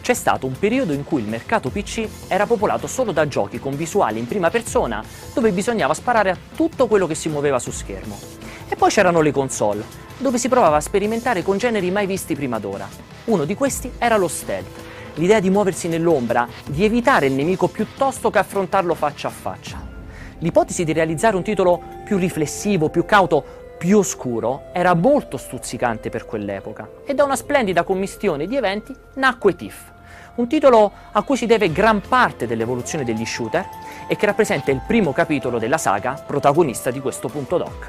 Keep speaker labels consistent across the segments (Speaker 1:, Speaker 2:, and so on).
Speaker 1: C'è stato un periodo in cui il mercato PC era popolato solo da giochi con visuali in prima persona, dove bisognava sparare a tutto quello che si muoveva su schermo. E poi c'erano le console, dove si provava a sperimentare con generi mai visti prima d'ora. Uno di questi era lo stealth, l'idea di muoversi nell'ombra, di evitare il nemico piuttosto che affrontarlo faccia a faccia. L'ipotesi di realizzare un titolo più riflessivo, più cauto, più oscuro era molto stuzzicante per quell'epoca e da una splendida commistione di eventi nacque Thief, un titolo a cui si deve gran parte dell'evoluzione degli shooter e che rappresenta il primo capitolo della saga protagonista di questo punto doc.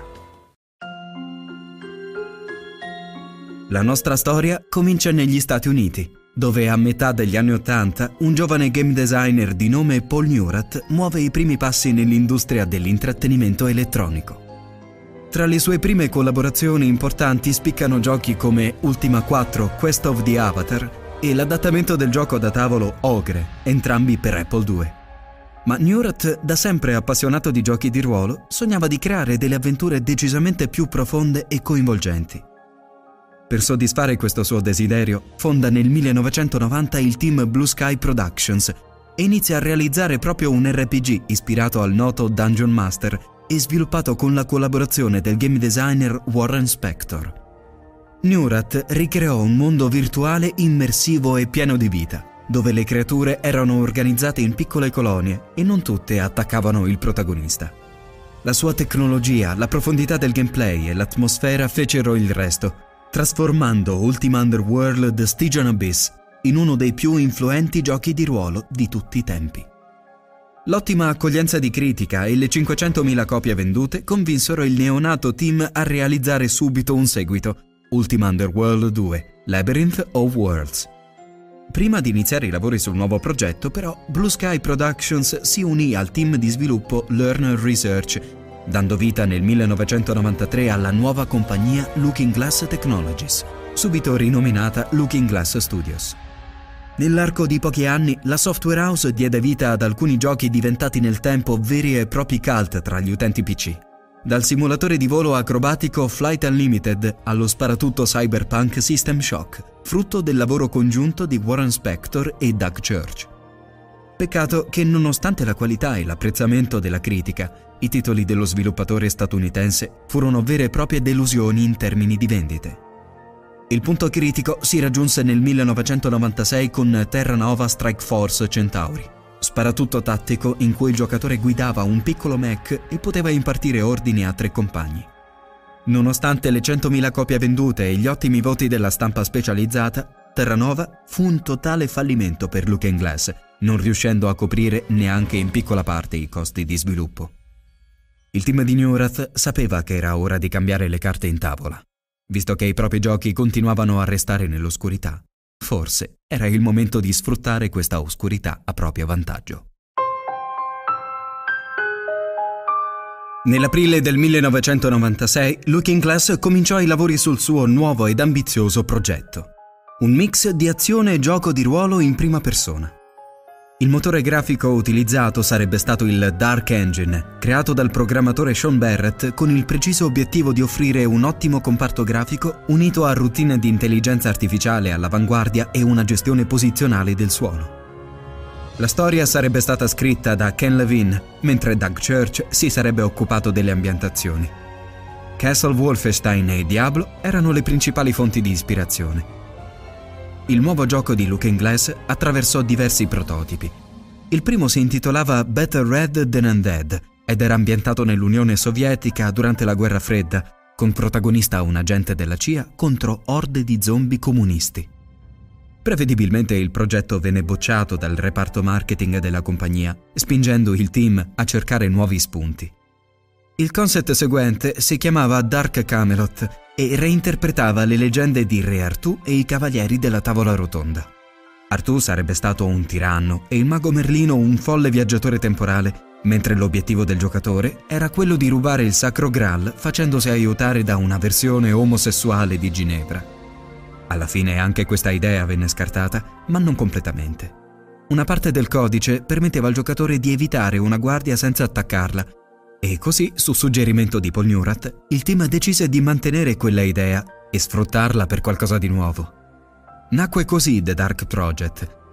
Speaker 2: La nostra storia comincia negli Stati Uniti, dove a metà degli anni '80 un giovane game designer di nome Paul Neurath muove i primi passi nell'industria dell'intrattenimento elettronico. Tra le sue prime collaborazioni importanti spiccano giochi come Ultima 4 Quest of the Avatar e l'adattamento del gioco da tavolo Ogre, entrambi per Apple II. Ma Neurath, da sempre appassionato di giochi di ruolo, sognava di creare delle avventure decisamente più profonde e coinvolgenti. Per soddisfare questo suo desiderio, fonda nel 1990 il team Blue Sky Productions e inizia a realizzare proprio un RPG ispirato al noto Dungeon Master e sviluppato con la collaborazione del game designer Warren Spector. Neurath ricreò un mondo virtuale immersivo e pieno di vita, dove le creature erano organizzate in piccole colonie e non tutte attaccavano il protagonista. La sua tecnologia, la profondità del gameplay e l'atmosfera fecero il resto, trasformando Ultima Underworld Stygian Abyss in uno dei più influenti giochi di ruolo di tutti i tempi. L'ottima accoglienza di critica e le 500.000 copie vendute convinsero il neonato team a realizzare subito un seguito, Ultima Underworld 2, Labyrinth of Worlds. Prima di iniziare i lavori sul nuovo progetto, però, Blue Sky Productions si unì al team di sviluppo Learner Research, dando vita nel 1993 alla nuova compagnia Looking Glass Technologies, subito rinominata Looking Glass Studios. Nell'arco di pochi anni, la software house diede vita ad alcuni giochi diventati nel tempo veri e propri cult tra gli utenti PC. Dal simulatore di volo acrobatico Flight Unlimited allo sparatutto cyberpunk System Shock, frutto del lavoro congiunto di Warren Spector e Doug Church. Peccato che nonostante la qualità e l'apprezzamento della critica, i titoli dello sviluppatore statunitense furono vere e proprie delusioni in termini di vendite. Il punto critico si raggiunse nel 1996 con Terra Nova Strike Force Centauri, sparatutto tattico in cui il giocatore guidava un piccolo mech e poteva impartire ordini a 3 compagni. Nonostante le 100.000 copie vendute e gli ottimi voti della stampa specializzata, Terra Nova fu un totale fallimento per Looking Glass, non riuscendo a coprire neanche in piccola parte i costi di sviluppo. Il team di Neurath sapeva che era ora di cambiare le carte in tavola. Visto che i propri giochi continuavano a restare nell'oscurità, forse era il momento di sfruttare questa oscurità a proprio vantaggio. Nell'aprile del 1996, Looking Glass cominciò i lavori sul suo nuovo ed ambizioso progetto. Un mix di azione e gioco di ruolo in prima persona. Il motore grafico utilizzato sarebbe stato il Dark Engine, creato dal programmatore Sean Barrett con il preciso obiettivo di offrire un ottimo comparto grafico unito a routine di intelligenza artificiale all'avanguardia e una gestione posizionale del suono. La storia sarebbe stata scritta da Ken Levine, mentre Doug Church si sarebbe occupato delle ambientazioni. Castle Wolfenstein e Diablo erano le principali fonti di ispirazione. Il nuovo gioco di Looking Glass attraversò diversi prototipi. Il primo si intitolava Better Red Than Undead ed era ambientato nell'Unione Sovietica durante la Guerra Fredda, con protagonista un agente della CIA contro orde di zombie comunisti. Prevedibilmente il progetto venne bocciato dal reparto marketing della compagnia, spingendo il team a cercare nuovi spunti. Il concept seguente si chiamava Dark Camelot e reinterpretava le leggende di Re Artù e i Cavalieri della Tavola Rotonda. Artù sarebbe stato un tiranno e il mago Merlino un folle viaggiatore temporale, mentre l'obiettivo del giocatore era quello di rubare il Sacro Graal facendosi aiutare da una versione omosessuale di Ginevra. Alla fine anche questa idea venne scartata, ma non completamente. Una parte del codice permetteva al giocatore di evitare una guardia senza attaccarla, e così, su suggerimento di Paul Neurath, il team decise di mantenere quella idea e sfruttarla per qualcosa di nuovo. Nacque così The Dark Project,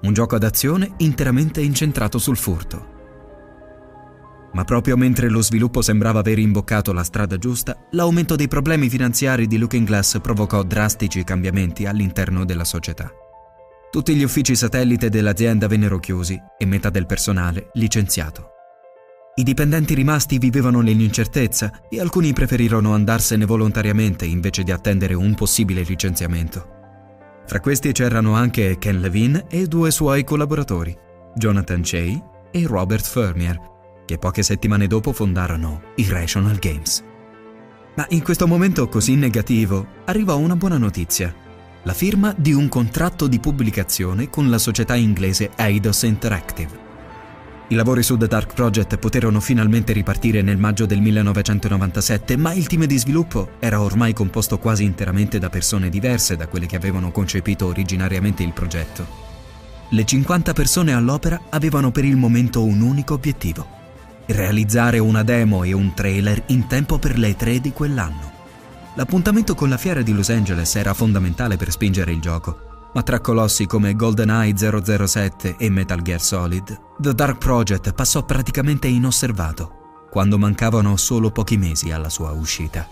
Speaker 2: un gioco d'azione interamente incentrato sul furto. Ma proprio mentre lo sviluppo sembrava aver imboccato la strada giusta, l'aumento dei problemi finanziari di Looking Glass provocò drastici cambiamenti all'interno della società. Tutti gli uffici satellite dell'azienda vennero chiusi e metà del personale licenziato. I dipendenti rimasti vivevano nell'incertezza e alcuni preferirono andarsene volontariamente invece di attendere un possibile licenziamento. Fra questi c'erano anche Ken Levine e 2 suoi collaboratori, Jonathan Chey e Robert Fermier, che poche settimane dopo fondarono Irrational Games. Ma in questo momento così negativo arrivò una buona notizia: la firma di un contratto di pubblicazione con la società inglese Eidos Interactive. I lavori su The Dark Project poterono finalmente ripartire nel maggio del 1997, ma il team di sviluppo era ormai composto quasi interamente da persone diverse da quelle che avevano concepito originariamente il progetto. Le 50 persone all'opera avevano per il momento un unico obiettivo: realizzare una demo e un trailer in tempo per le E3 di quell'anno. L'appuntamento con la fiera di Los Angeles era fondamentale per spingere il gioco, ma tra colossi come GoldenEye 007 e Metal Gear Solid, The Dark Project passò praticamente inosservato, quando mancavano solo pochi mesi alla sua uscita.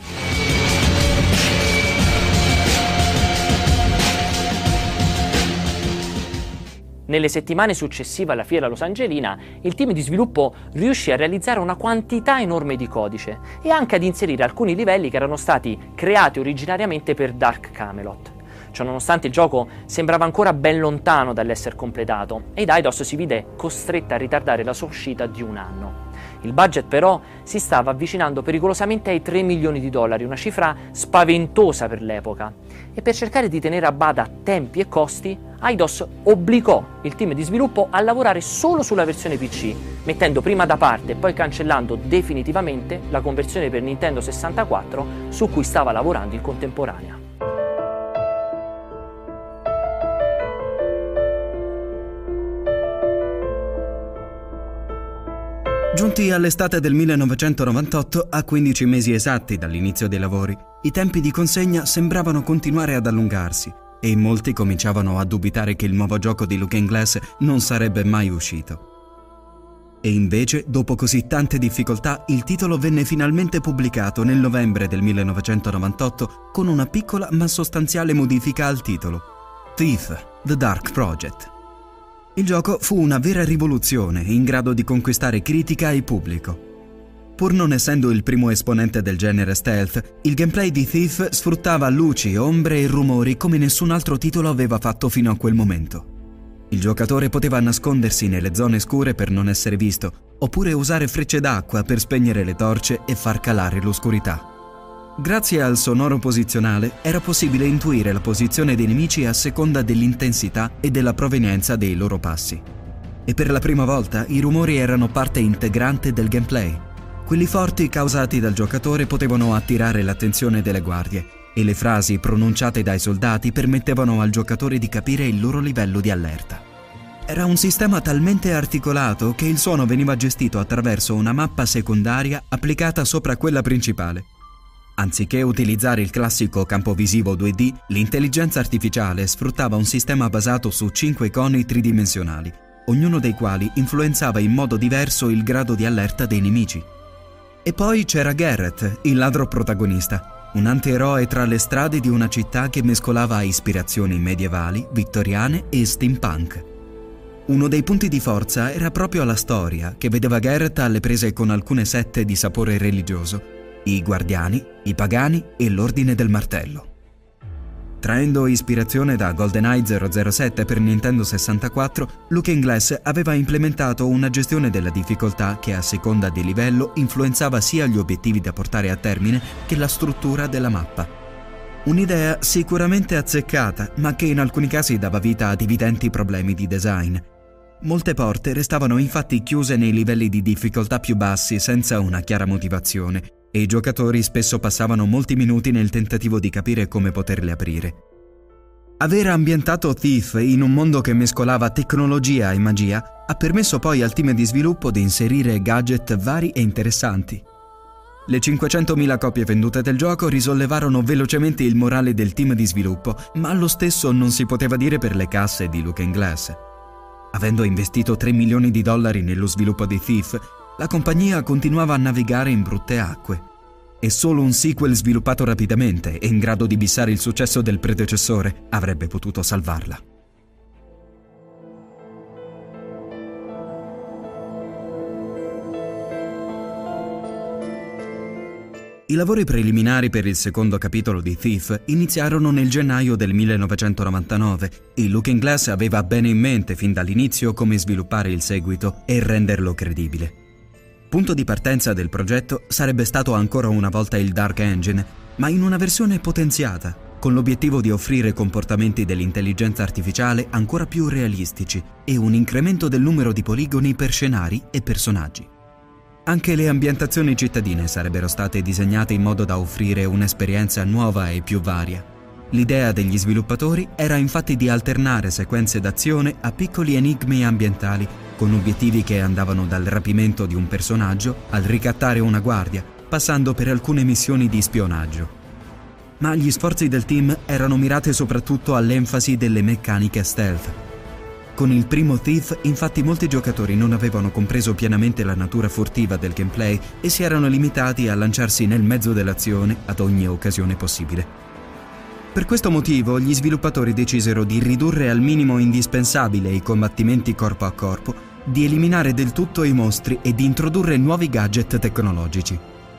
Speaker 1: Nelle settimane successive alla fiera losangelina, il team di sviluppo riuscì a realizzare una quantità enorme di codice e anche ad inserire alcuni livelli che erano stati creati originariamente per Dark Camelot. Ciononostante il gioco sembrava ancora ben lontano dall'essere completato ed Eidos si vide costretta a ritardare la sua uscita di 1 anno. Il budget però si stava avvicinando pericolosamente ai $3 milioni, una cifra spaventosa per l'epoca, e per cercare di tenere a bada tempi e costi, Eidos obbligò il team di sviluppo a lavorare solo sulla versione PC, mettendo prima da parte e poi cancellando definitivamente la conversione per Nintendo 64 su cui stava lavorando in contemporanea.
Speaker 2: Giunti all'estate del 1998, a 15 mesi esatti dall'inizio dei lavori, i tempi di consegna sembravano continuare ad allungarsi e in molti cominciavano a dubitare che il nuovo gioco di Looking Glass non sarebbe mai uscito. E invece, dopo così tante difficoltà, il titolo venne finalmente pubblicato nel novembre del 1998 con una piccola ma sostanziale modifica al titolo: Thief: The Dark Project. Il gioco fu una vera rivoluzione in grado di conquistare critica e pubblico. Pur non essendo il primo esponente del genere stealth, il gameplay di Thief sfruttava luci, ombre e rumori come nessun altro titolo aveva fatto fino a quel momento. Il giocatore poteva nascondersi nelle zone scure per non essere visto, oppure usare frecce d'acqua per spegnere le torce e far calare l'oscurità. Grazie al sonoro posizionale era possibile intuire la posizione dei nemici a seconda dell'intensità e della provenienza dei loro passi. E per la prima volta i rumori erano parte integrante del gameplay. Quelli forti causati dal giocatore potevano attirare l'attenzione delle guardie e le frasi pronunciate dai soldati permettevano al giocatore di capire il loro livello di allerta. Era un sistema talmente articolato che il suono veniva gestito attraverso una mappa secondaria applicata sopra quella principale. Anziché utilizzare il classico campo visivo 2D, l'intelligenza artificiale sfruttava un sistema basato su 5 iconi tridimensionali, ognuno dei quali influenzava in modo diverso il grado di allerta dei nemici. E poi c'era Garrett, il ladro protagonista, un antieroe tra le strade di una città che mescolava ispirazioni medievali, vittoriane e steampunk. Uno dei punti di forza era proprio la storia, che vedeva Garrett alle prese con alcune sette di sapore religioso: i Guardiani, i Pagani e l'Ordine del Martello. Traendo ispirazione da GoldenEye 007 per Nintendo 64, Looking Glass aveva implementato una gestione della difficoltà che a seconda del livello influenzava sia gli obiettivi da portare a termine che la struttura della mappa. Un'idea sicuramente azzeccata, ma che in alcuni casi dava vita ad evidenti problemi di design. Molte porte restavano infatti chiuse nei livelli di difficoltà più bassi senza una chiara motivazione, e i giocatori spesso passavano molti minuti nel tentativo di capire come poterle aprire. Aver ambientato Thief in un mondo che mescolava tecnologia e magia ha permesso poi al team di sviluppo di inserire gadget vari e interessanti. Le 500.000 copie vendute del gioco risollevarono velocemente il morale del team di sviluppo, ma lo stesso non si poteva dire per le casse di Looking Glass. Avendo investito $3 milioni nello sviluppo di Thief, la compagnia continuava a navigare in brutte acque. E solo un sequel sviluppato rapidamente e in grado di bissare il successo del predecessore avrebbe potuto salvarla. I lavori preliminari per il secondo capitolo di Thief iniziarono nel gennaio del 1999 e Looking Glass aveva bene in mente fin dall'inizio come sviluppare il seguito e renderlo credibile. Punto di partenza del progetto sarebbe stato ancora una volta il Dark Engine, ma in una versione potenziata, con l'obiettivo di offrire comportamenti dell'intelligenza artificiale ancora più realistici e un incremento del numero di poligoni per scenari e personaggi. Anche le ambientazioni cittadine sarebbero state disegnate in modo da offrire un'esperienza nuova e più varia. L'idea degli sviluppatori era infatti di alternare sequenze d'azione a piccoli enigmi ambientali con obiettivi che andavano dal rapimento di un personaggio al ricattare una guardia, passando per alcune missioni di spionaggio. Ma gli sforzi del team erano mirati soprattutto all'enfasi delle meccaniche stealth. Con il primo Thief, infatti, molti giocatori non avevano compreso pienamente la natura furtiva del gameplay e si erano limitati a lanciarsi nel mezzo dell'azione ad ogni occasione possibile. Per questo motivo, gli sviluppatori decisero di ridurre al minimo indispensabile i combattimenti corpo a corpo, di eliminare del tutto i mostri e di introdurre nuovi gadget tecnologici.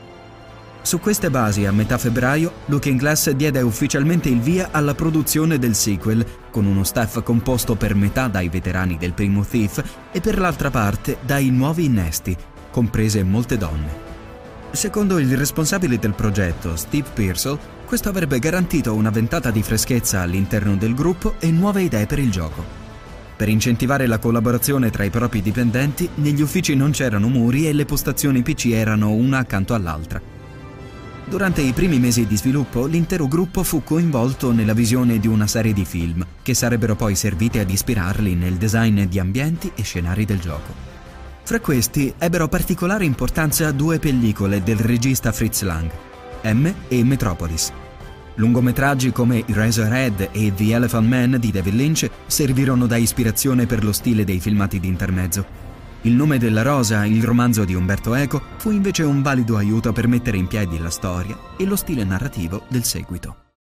Speaker 2: Su queste basi, a metà febbraio, Looking Glass diede ufficialmente il via alla produzione del sequel, con uno staff composto per metà dai veterani del primo Thief e per l'altra parte dai nuovi innesti, comprese molte donne. Secondo il responsabile del progetto, Steve Pearsall, questo avrebbe garantito una ventata di freschezza all'interno del gruppo e nuove idee per il gioco. Per incentivare la collaborazione tra i propri dipendenti, negli uffici non c'erano muri e le postazioni PC erano una accanto all'altra. Durante i primi mesi di sviluppo, l'intero gruppo fu coinvolto nella visione di una serie di film, che sarebbero poi serviti ad ispirarli nel design di ambienti e scenari del gioco. Fra questi ebbero particolare importanza due pellicole del regista Fritz Lang, M e Metropolis. Lungometraggi come Eraserhead e The Elephant Man di David Lynch servirono da ispirazione per lo stile dei filmati di intermezzo. Il nome della rosa, il romanzo di Umberto Eco, fu invece un valido aiuto per mettere in piedi la storia e lo stile narrativo del seguito.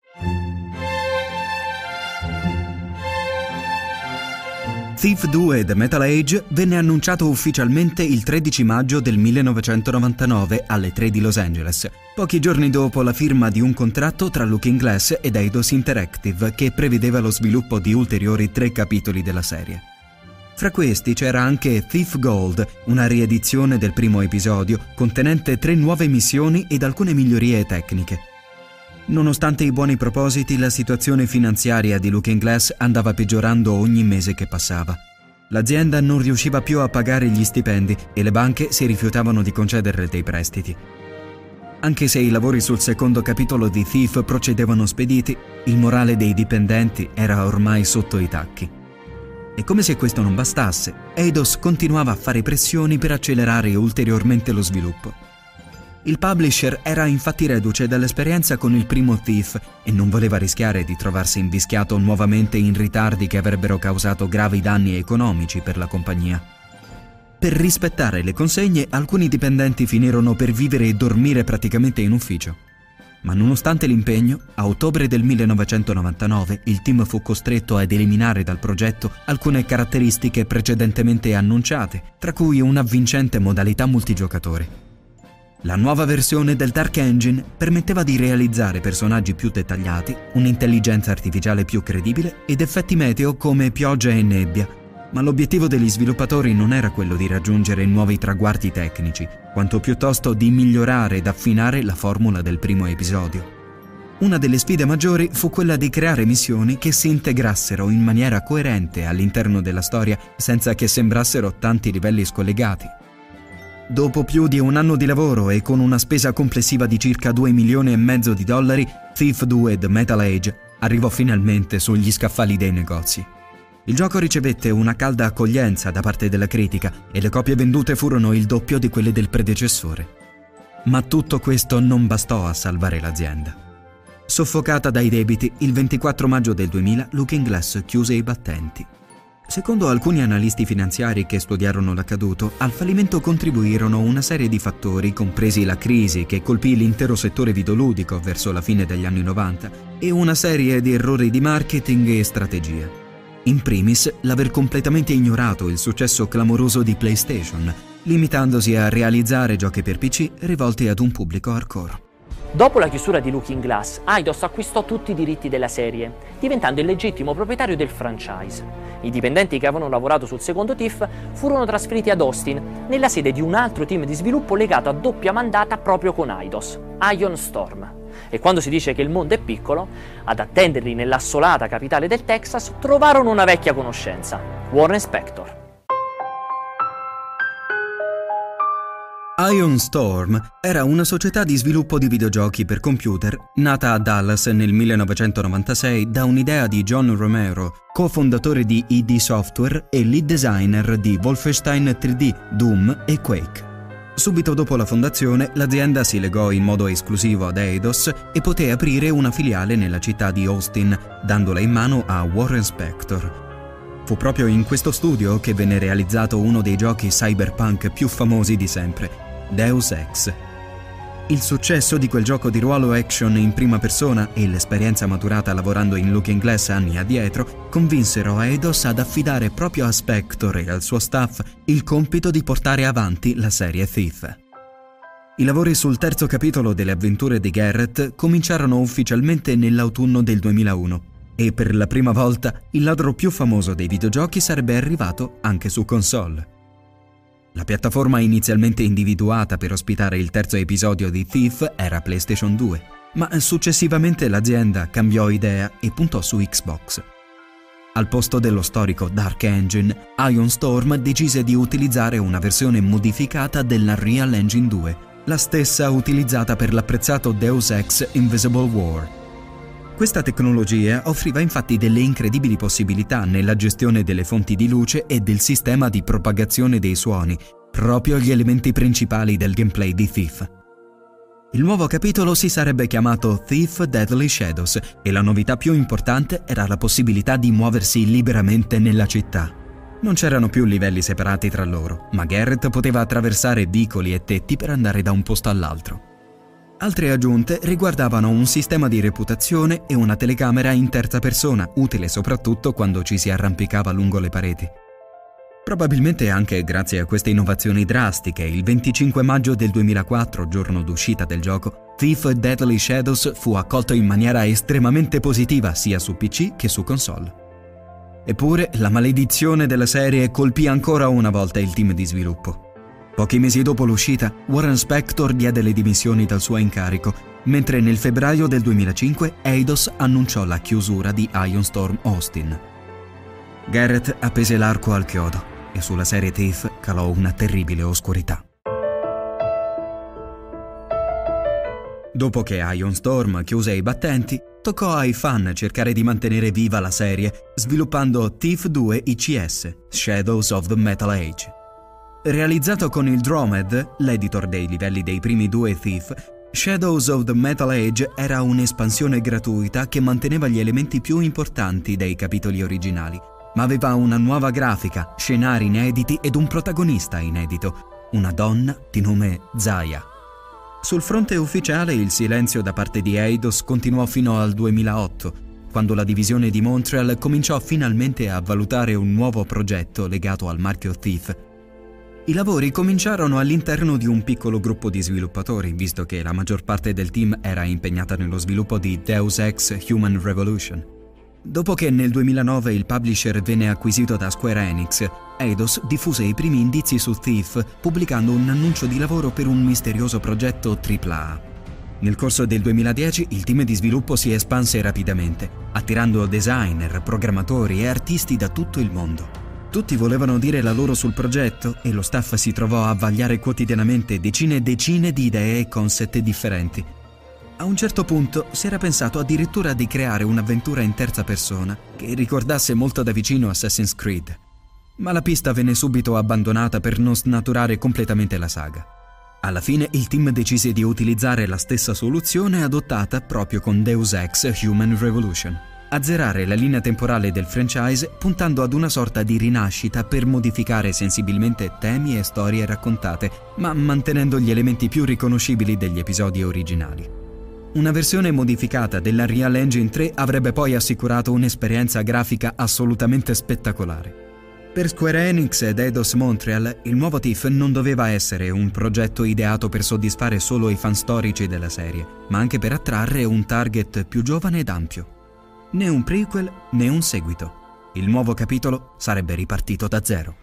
Speaker 2: Thief 2 The Metal Age venne annunciato ufficialmente il 13 maggio del 1999 alle 3 di Los Angeles, pochi giorni dopo la firma di un contratto tra Looking Glass ed Eidos Interactive che prevedeva lo sviluppo di ulteriori 3 capitoli della serie. Fra questi c'era anche Thief Gold, una riedizione del primo episodio, contenente 3 nuove missioni ed alcune migliorie tecniche. Nonostante i buoni propositi, la situazione finanziaria di Looking Glass andava peggiorando ogni mese che passava. L'azienda non riusciva più a pagare gli stipendi e le banche si rifiutavano di concederle dei prestiti. Anche se i lavori sul secondo capitolo di Thief procedevano spediti, il morale dei dipendenti era ormai sotto i tacchi. E come se questo non bastasse, Eidos continuava a fare pressioni per accelerare ulteriormente lo sviluppo. Il publisher era infatti reduce dall'esperienza con il primo Thief e non voleva rischiare di trovarsi invischiato nuovamente in ritardi che avrebbero causato gravi danni economici per la compagnia. Per rispettare le consegne, alcuni dipendenti finirono per vivere e dormire praticamente in ufficio. Ma nonostante l'impegno, a ottobre del 1999 il team fu costretto ad eliminare dal progetto alcune caratteristiche precedentemente annunciate, tra cui una vincente modalità multigiocatore. La nuova versione del Dark Engine permetteva di realizzare personaggi più dettagliati, un'intelligenza artificiale più credibile ed effetti meteo come pioggia e nebbia, ma l'obiettivo degli sviluppatori non era quello di raggiungere nuovi traguardi tecnici, quanto piuttosto di migliorare ed affinare la formula del primo episodio. Una delle sfide maggiori fu quella di creare missioni che si integrassero in maniera coerente all'interno della storia senza che sembrassero tanti livelli scollegati. Dopo più di un anno di lavoro e con una spesa complessiva di circa $2,5 milioni, Thief 2 The Metal Age arrivò finalmente sugli scaffali dei negozi. Il gioco ricevette una calda accoglienza da parte della critica e le copie vendute furono il doppio di quelle del predecessore. Ma tutto questo non bastò a salvare l'azienda. Soffocata dai debiti, il 24 maggio del 2000 Looking Glass chiuse i battenti. Secondo alcuni analisti finanziari che studiarono l'accaduto, al fallimento contribuirono una serie di fattori, compresi la crisi che colpì l'intero settore videoludico verso la fine degli anni 90 e una serie di errori di marketing e strategia. In primis, l'aver completamente ignorato il successo clamoroso di PlayStation, limitandosi a realizzare giochi per PC rivolti ad un pubblico hardcore.
Speaker 1: Dopo la chiusura di Looking Glass, Eidos acquistò tutti i diritti della serie, diventando il legittimo proprietario del franchise. I dipendenti che avevano lavorato sul secondo Thief furono trasferiti ad Austin, nella sede di un altro team di sviluppo legato a doppia mandata proprio con Eidos, Ion Storm. E quando si dice che il mondo è piccolo, ad attenderli nell'assolata capitale del Texas trovarono una vecchia conoscenza, Warren Spector.
Speaker 2: Ion Storm era una società di sviluppo di videogiochi per computer nata a Dallas nel 1996 da un'idea di John Romero, cofondatore di ID Software e lead designer di Wolfenstein 3D, Doom e Quake. Subito dopo la fondazione, l'azienda si legò in modo esclusivo ad Eidos e poté aprire una filiale nella città di Austin, dandola in mano a Warren Spector. Fu proprio in questo studio che venne realizzato uno dei giochi cyberpunk più famosi di sempre, Deus Ex. Il successo di quel gioco di ruolo action in prima persona e l'esperienza maturata lavorando in Looking Glass anni addietro convinsero Eidos ad affidare proprio a Spector e al suo staff il compito di portare avanti la serie Thief. I lavori sul terzo capitolo delle avventure di Garrett cominciarono ufficialmente nell'autunno del 2001 e per la prima volta il ladro più famoso dei videogiochi sarebbe arrivato anche su console. La piattaforma inizialmente individuata per ospitare il terzo episodio di Thief era PlayStation 2, ma successivamente l'azienda cambiò idea e puntò su Xbox. Al posto dello storico Dark Engine, Ion Storm decise di utilizzare una versione modificata dell'Unreal Engine 2, la stessa utilizzata per l'apprezzato Deus Ex Invisible War. Questa tecnologia offriva infatti delle incredibili possibilità nella gestione delle fonti di luce e del sistema di propagazione dei suoni, proprio gli elementi principali del gameplay di Thief. Il nuovo capitolo si sarebbe chiamato Thief Deadly Shadows e la novità più importante era la possibilità di muoversi liberamente nella città. Non c'erano più livelli separati tra loro, ma Garrett poteva attraversare vicoli e tetti per andare da un posto all'altro. Altre aggiunte riguardavano un sistema di reputazione e una telecamera in terza persona, utile soprattutto quando ci si arrampicava lungo le pareti. Probabilmente anche grazie a queste innovazioni drastiche, il 25 maggio del 2004, giorno d'uscita del gioco, Thief Deadly Shadows fu accolto in maniera estremamente positiva sia su PC che su console. Eppure, la maledizione della serie colpì ancora una volta il team di sviluppo. Pochi mesi dopo l'uscita, Warren Spector diede le dimissioni dal suo incarico, mentre nel febbraio del 2005 Eidos annunciò la chiusura di Ion Storm Austin. Garrett appese l'arco al chiodo e sulla serie Thief calò una terribile oscurità. Dopo che Ion Storm chiuse i battenti, toccò ai fan cercare di mantenere viva la serie sviluppando Thief 2 ICS, Shadows of the Metal Age. Realizzato con il Dromed, l'editor dei livelli dei primi due Thief, Shadows of the Metal Age era un'espansione gratuita che manteneva gli elementi più importanti dei capitoli originali, ma aveva una nuova grafica, scenari inediti ed un protagonista inedito, una donna di nome Zaya. Sul fronte ufficiale il silenzio da parte di Eidos continuò fino al 2008, quando la divisione di Montreal cominciò finalmente a valutare un nuovo progetto legato al marchio Thief. I lavori cominciarono all'interno di un piccolo gruppo di sviluppatori, visto che la maggior parte del team era impegnata nello sviluppo di Deus Ex Human Revolution. Dopo che nel 2009 il publisher venne acquisito da Square Enix, Eidos diffuse i primi indizi su Thief pubblicando un annuncio di lavoro per un misterioso progetto AAA. Nel corso del 2010 il team di sviluppo si espanse rapidamente, attirando designer, programmatori e artisti da tutto il mondo. Tutti volevano dire la loro sul progetto e lo staff si trovò a vagliare quotidianamente decine e decine di idee e concept differenti. A un certo punto si era pensato addirittura di creare un'avventura in terza persona che ricordasse molto da vicino Assassin's Creed. Ma la pista venne subito abbandonata per non snaturare completamente la saga. Alla fine il team decise di utilizzare la stessa soluzione adottata proprio con Deus Ex Human Revolution. azzerare la linea temporale del franchise puntando ad una sorta di rinascita per modificare sensibilmente temi e storie raccontate, ma mantenendo gli elementi più riconoscibili degli episodi originali. Una versione modificata dell'Unreal Engine 3 avrebbe poi assicurato un'esperienza grafica assolutamente spettacolare. Per Square Enix ed Eidos Montreal, il nuovo Thief non doveva essere un progetto ideato per soddisfare solo i fan storici della serie, ma anche per attrarre un target più giovane ed ampio. Né un prequel né un seguito. Il nuovo capitolo sarebbe ripartito da zero.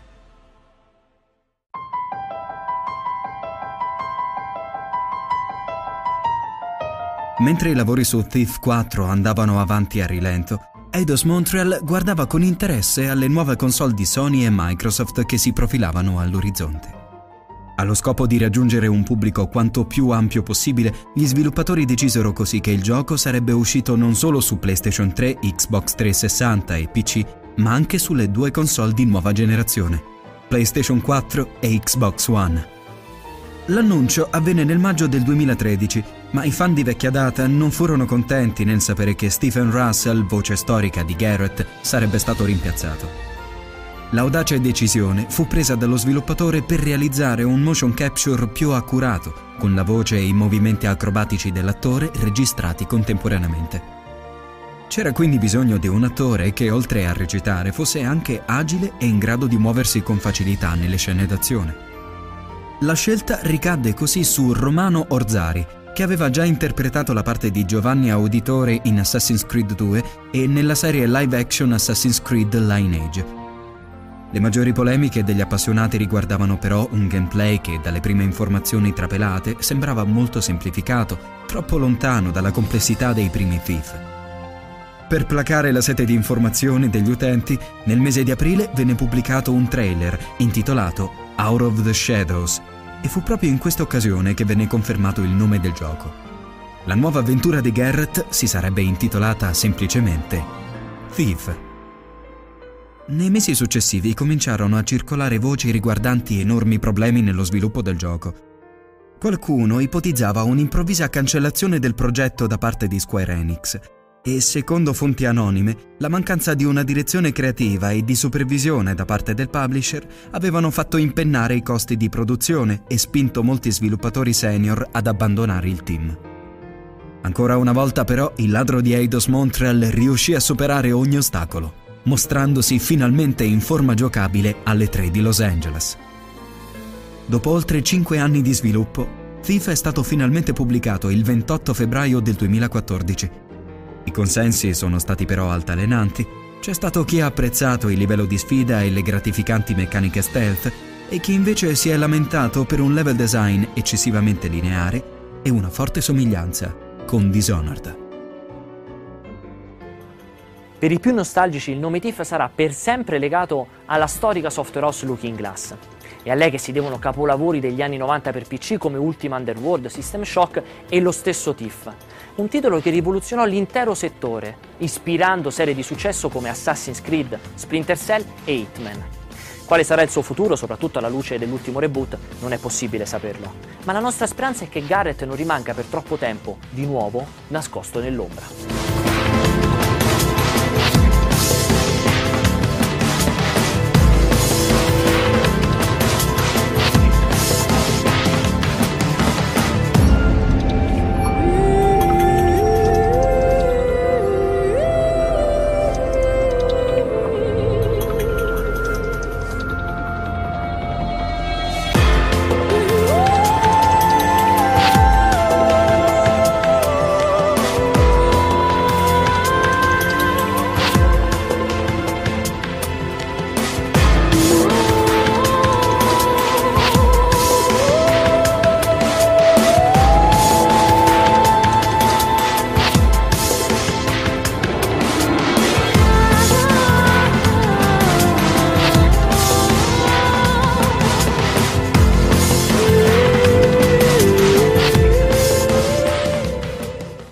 Speaker 2: Mentre i lavori su Thief 4 andavano avanti a rilento, Eidos Montreal guardava con interesse alle nuove console di Sony e Microsoft che si profilavano all'orizzonte. Allo scopo di raggiungere un pubblico quanto più ampio possibile, gli sviluppatori decisero così che il gioco sarebbe uscito non solo su PlayStation 3, Xbox 360 e PC, ma anche sulle due console di nuova generazione, PlayStation 4 e Xbox One. L'annuncio avvenne nel maggio del 2013, ma i fan di vecchia data non furono contenti nel sapere che Stephen Russell, voce storica di Garrett, sarebbe stato rimpiazzato. L'audace decisione fu presa dallo sviluppatore per realizzare un motion capture più accurato, con la voce e i movimenti acrobatici dell'attore registrati contemporaneamente. C'era quindi bisogno di un attore che, oltre a recitare, fosse anche agile e in grado di muoversi con facilità nelle scene d'azione. La scelta ricadde così su Romano Orzari, che aveva già interpretato la parte di Giovanni Auditore in Assassin's Creed 2 e nella serie live action Assassin's Creed Lineage. Le maggiori polemiche degli appassionati riguardavano però un gameplay che, dalle prime informazioni trapelate, sembrava molto semplificato, troppo lontano dalla complessità dei primi Thief. Per placare la sete di informazioni degli utenti, nel mese di aprile venne pubblicato un trailer intitolato Out of the Shadows, e fu proprio in questa occasione che venne confermato il nome del gioco. La nuova avventura di Garrett si sarebbe intitolata semplicemente Thief. Nei mesi successivi cominciarono a circolare voci riguardanti enormi problemi nello sviluppo del gioco. Qualcuno ipotizzava un'improvvisa cancellazione del progetto da parte di Square Enix, e secondo fonti anonime, la mancanza di una direzione creativa e di supervisione da parte del publisher avevano fatto impennare i costi di produzione e spinto molti sviluppatori senior ad abbandonare il team. Ancora una volta però il ladro di Eidos Montreal riuscì a superare ogni ostacolo, mostrandosi finalmente in forma giocabile alle 3 di Los Angeles. Dopo oltre 5 anni di sviluppo, Thief è stato finalmente pubblicato il 28 febbraio del 2014. I consensi sono stati però altalenanti. C'è stato chi ha apprezzato il livello di sfida e le gratificanti meccaniche stealth e chi invece si è lamentato per un level design eccessivamente lineare e una forte somiglianza con Dishonored.
Speaker 1: Per i più nostalgici il nome Thief sarà per sempre legato alla storica software house Looking Glass. È a lei che si devono capolavori degli anni 90 per PC come Ultima Underworld, System Shock e lo stesso Thief. Un titolo che rivoluzionò l'intero settore, ispirando serie di successo come Assassin's Creed, Splinter Cell e Hitman. Quale sarà il suo futuro, soprattutto alla luce dell'ultimo reboot, non è possibile saperlo. Ma la nostra speranza è che Garrett non rimanga per troppo tempo, di nuovo, nascosto nell'ombra.